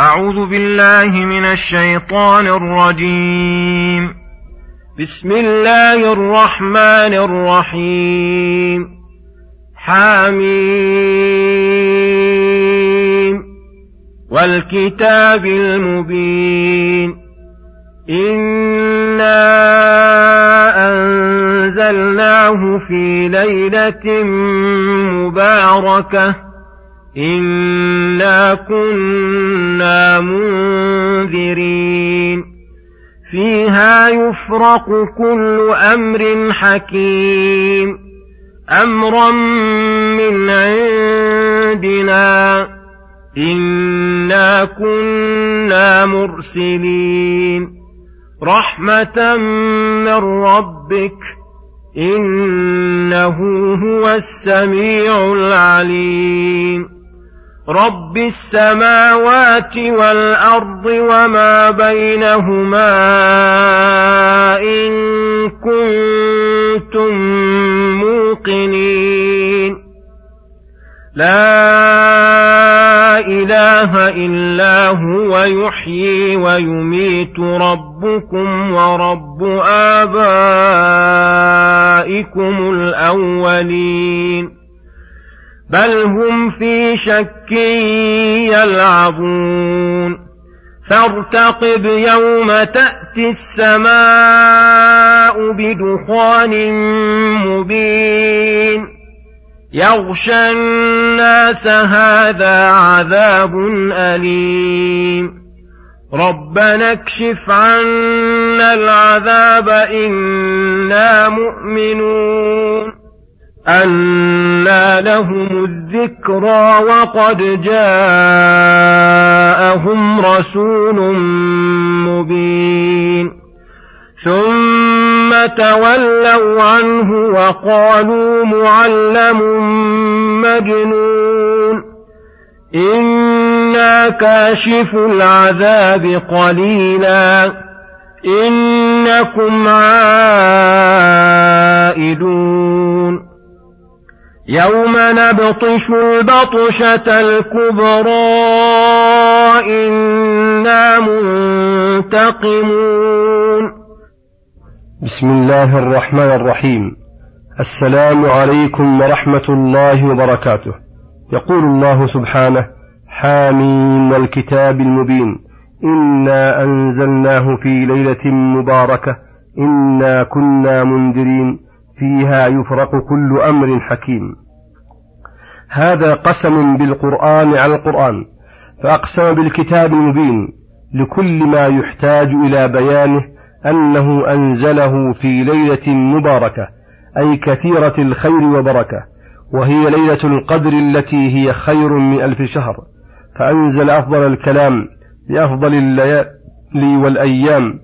أعوذ بالله من الشيطان الرجيم. بسم الله الرحمن الرحيم. حميم والكتاب المبين. إنا أنزلناه في ليلة مباركة إنا كنا منذرين فيها يفرق كل أمر حكيم أمرا من عندنا إنا كنا مرسلين رحمة من ربك إنه هو السميع العليم رب السماوات والأرض وما بينهما إن كنتم موقنين لا إله إلا هو يحيي ويميت ربكم ورب آبائكم الأولين بل هم في شك يلعبون فارتقب يوم تأتي السماء بدخان مبين يغشى الناس هذا عذاب أليم ربنا اكشف عنا العذاب إنا مؤمنون أنى لهم الذكرى وقد جاءهم رسول مبين ثم تولوا عنه وقالوا معلم مجنون إنا كاشف العذاب قليلا إنكم عائدون يوم نبطش البطشة الكبرى إنا منتقمون. بسم الله الرحمن الرحيم. السلام عليكم ورحمة الله وبركاته. يقول الله سبحانه: حاميم والكتاب المبين إنا أنزلناه في ليلة مباركة إنا كنا منذرين فيها يفرق كل أمر حكيم. هذا قسم بالقرآن على القرآن، فأقسم بالكتاب المبين لكل ما يحتاج إلى بيانه أنه أنزله في ليلة مباركة أي كثيرة الخير وبركة، وهي ليلة القدر التي هي خير من 1000 شهر، فأنزل أفضل الكلام بأفضل الليالي والأيام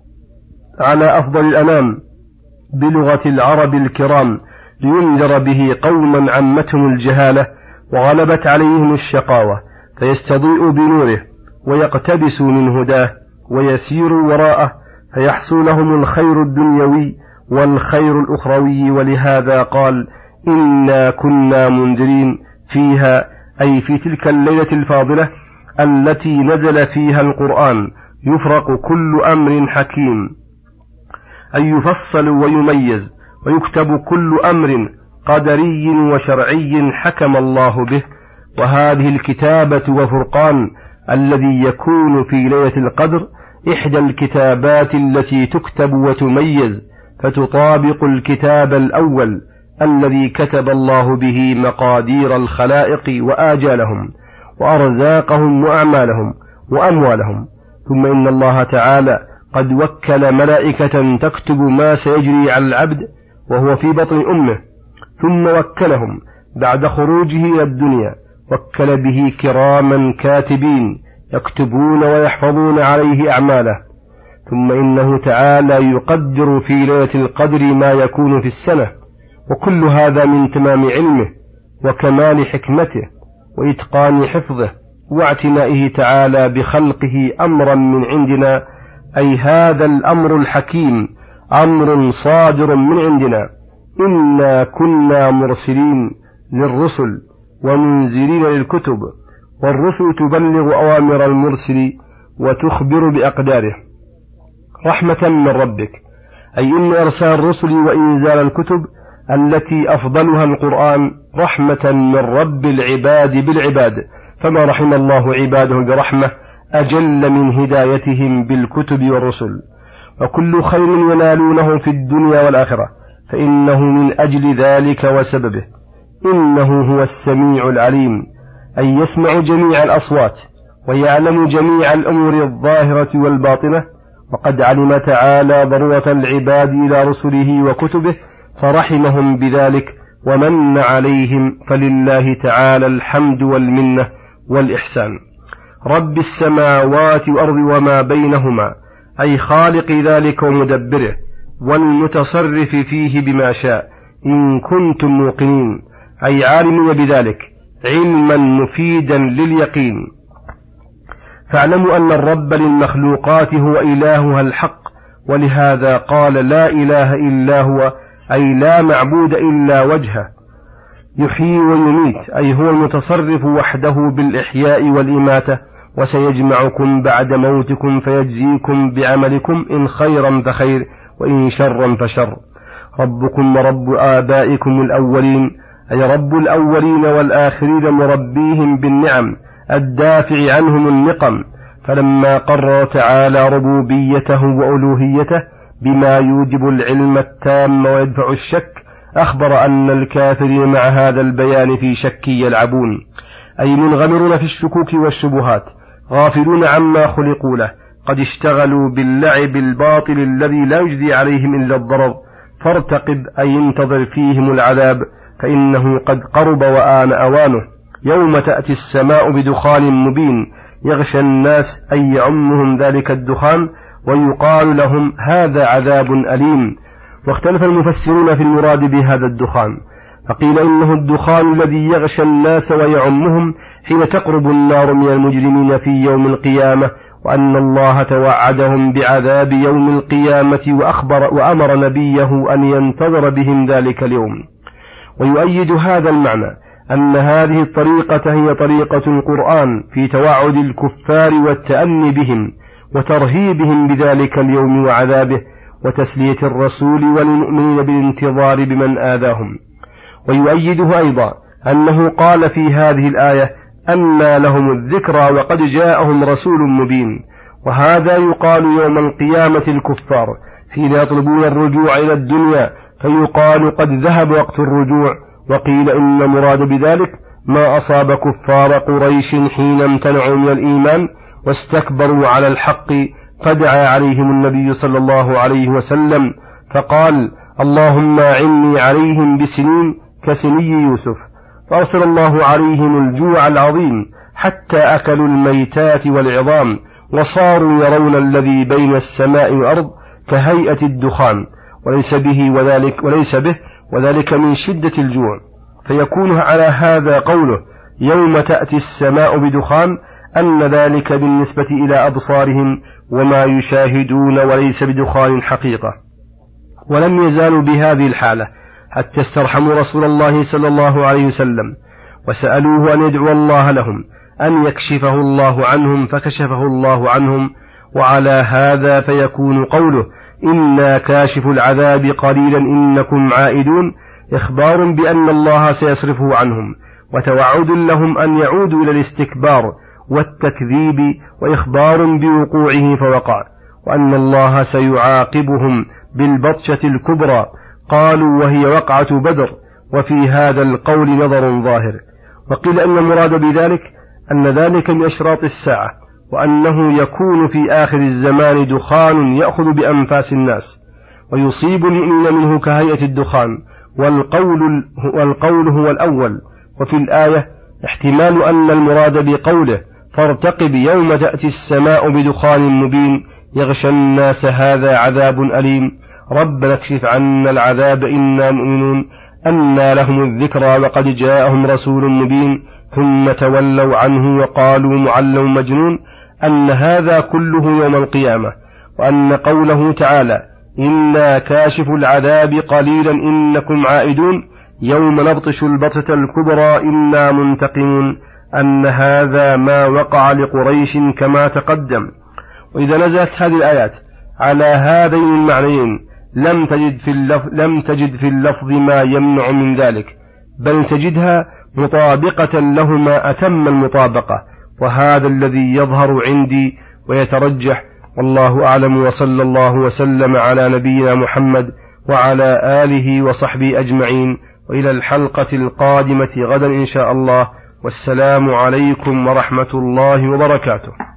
على أفضل الأنام بلغة العرب الكرام لينذر به قوما عمتهم الجهالة وغلبت عليهم الشقاوة، فيستضيء بنوره ويقتبسوا من هداه ويسيروا وراءه فيحصل لهم الخير الدنيوي والخير الأخروي. ولهذا قال: إنا كنا منذرين فيها، أي في تلك الليلة الفاضلة التي نزل فيها القرآن، يفرق كل أمر حكيم، أي يفصل ويميز ويكتب كل أمر قدري وشرعي حكم الله به. وهذه الكتابة وفرقان الذي يكون في ليلة القدر إحدى الكتابات التي تكتب وتميز، فتطابق الكتاب الأول الذي كتب الله به مقادير الخلائق وآجالهم وأرزاقهم وأعمالهم وأموالهم. ثم إن الله تعالى قد وكل ملائكة تكتب ما سيجري على العبد وهو في بطن أمه، ثم وكلهم بعد خروجه إلى الدنيا، وكل به كراما كاتبين يكتبون ويحفظون عليه أعماله. ثم إنه تعالى يقدر في ليلة القدر ما يكون في السنة، وكل هذا من تمام علمه وكمال حكمته وإتقان حفظه واعتنائه تعالى بخلقه أمرا من عندنا، أي هذا الأمر الحكيم أمر صادر من عندنا. إنا كنا مرسلين للرسل ومنزلين للكتب والرسل تبلغ أوامر المرسل وتخبر بأقداره رحمة من ربك، أي إن إرسال الرسل وإنزال الكتب التي أفضلها القرآن رحمة من رب العباد بالعباد، فما رحم الله عباده برحمة أجل من هدايتهم بالكتب والرسل. وكل خير ينالونه في الدنيا والآخرة فإنه من أجل ذلك وسببه، إنه هو السميع العليم، أي يسمع جميع الأصوات ويعلم جميع الأمور الظاهرة والباطنة. وقد علم تعالى ضرورة العباد إلى رسله وكتبه فرحمهم بذلك ومن عليهم، فلله تعالى الحمد والمنة والإحسان. رب السماوات والأرض وما بينهما، أي خالق ذلك ومدبره والمتصرف فيه بما شاء، إن كنتم موقنين، أي عالمين بذلك علما مفيدا لليقين. فاعلموا أن الرب للمخلوقات هو إلهها الحق، ولهذا قال لا إله إلا هو، أي لا معبود إلا وجهه، يحيي ويميت، أي هو المتصرف وحده بالإحياء والإماتة، وسيجمعكم بعد موتكم فيجزيكم بعملكم إن خيرا فخير وإن شرا فشر. ربكم ورب آبائكم الأولين، أي رب الأولين والآخرين مربيهم بالنعم الدافع عنهم النقم. فلما قرر تعالى ربوبيته وألوهيته بما يوجب العلم التام ويدفع الشك، أخبر أن الكافرين مع هذا البيان في شك يلعبون، أي منغمرون في الشكوك والشبهات، غافلون عما خلقوا له، قد اشتغلوا باللعب الباطل الذي لا يجدي عليهم إلا الضرر. فارتقب، أي انتظر فيهم العذاب، فإنه قد قرب وآن أوانه. يوم تأتي السماء بدخان مبين يغشى الناس، أي يعمهم ذلك الدخان، ويقال لهم هذا عذاب أليم. واختلف المفسرون في المراد بهذا الدخان، فقيل إنه الدخان الذي يغشى الناس ويعمهم حين تقرب النار من المجرمين في يوم القيامة، وأن الله توعدهم بعذاب يوم القيامة وأمر نبيه أن ينتظر بهم ذلك اليوم. ويؤيد هذا المعنى أن هذه الطريقة هي طريقة القرآن في توعد الكفار والتأني بهم وترهيبهم بذلك اليوم وعذابه، وتسلية الرسول والمؤمنين بالانتظار بمن آذاهم. ويؤيده أيضا أنه قال في هذه الآية أنى لهم الذكرى وقد جاءهم رسول مبين، وهذا يقال يوم القيامة الكفار حين يطلبون الرجوع إلى الدنيا فيقال قد ذهب وقت الرجوع. وقيل إن المراد بذلك ما أصاب كفار قريش حين امتنعوا من الإيمان واستكبروا على الحق، فدعا عليهم النبي صلى الله عليه وسلم فقال اللهم أعني عليهم بسنين كسني يوسف، فأرسل الله عليهم الجوع العظيم حتى أكلوا الميتات والعظام، وصاروا يرون الذي بين السماء والأرض كهيئة الدخان، وليس به وذلك من شدة الجوع. فيكون على هذا قوله يوم تأتي السماء بدخان أن ذلك بالنسبة إلى أبصارهم وما يشاهدون، وليس بدخان حقيقة. ولم يزالوا بهذه الحالة حتى استرحموا رسول الله صلى الله عليه وسلم وسألوه أن يدعو الله لهم أن يكشفه الله عنهم، فكشفه الله عنهم. وعلى هذا فيكون قوله إنا كاشف العذاب قليلا إنكم عائدون إخبار بأن الله سيصرفه عنهم، وتوعد لهم أن يعودوا إلى الاستكبار والتكذيب، وإخبار بوقوعه فوقع، وأن الله سيعاقبهم بالبطشة الكبرى. قالوا وهي وقعة بدر، وفي هذا القول نظر ظاهر. وقيل أن المراد بذلك أن ذلك من أشراط الساعة، وأنه يكون في آخر الزمان دخان يأخذ بأنفاس الناس ويصيب المؤمن منه كهيئة الدخان، والقول هو الأول. وفي الآية احتمال أن المراد بقوله فارتقب يوم تأتي السماء بدخان مبين يغشى الناس هذا عذاب أليم، ربنا اكشف عنا العذاب إنا مؤمنون، أنى لهم الذكرى وقد جاءهم رسول مبين، ثم تولوا عنه وقالوا معلم مجنون، أن هذا كله يوم القيامة. وأن قوله تعالى إنا كاشف العذاب قليلا إنكم عائدون يوم نبطش البطشة الكبرى إنا منتقمون، أن هذا ما وقع لقريش كما تقدم. وإذا نزلت هذه الآيات على هذين المعنيين لم تجد في اللفظ ما يمنع من ذلك، بل تجدها مطابقة لهما أتم المطابقة، وهذا الذي يظهر عندي ويترجح، والله أعلم. وصلى الله وسلم على نبينا محمد وعلى آله وصحبه أجمعين، وإلى الحلقة القادمة غدا إن شاء الله، والسلام عليكم ورحمة الله وبركاته.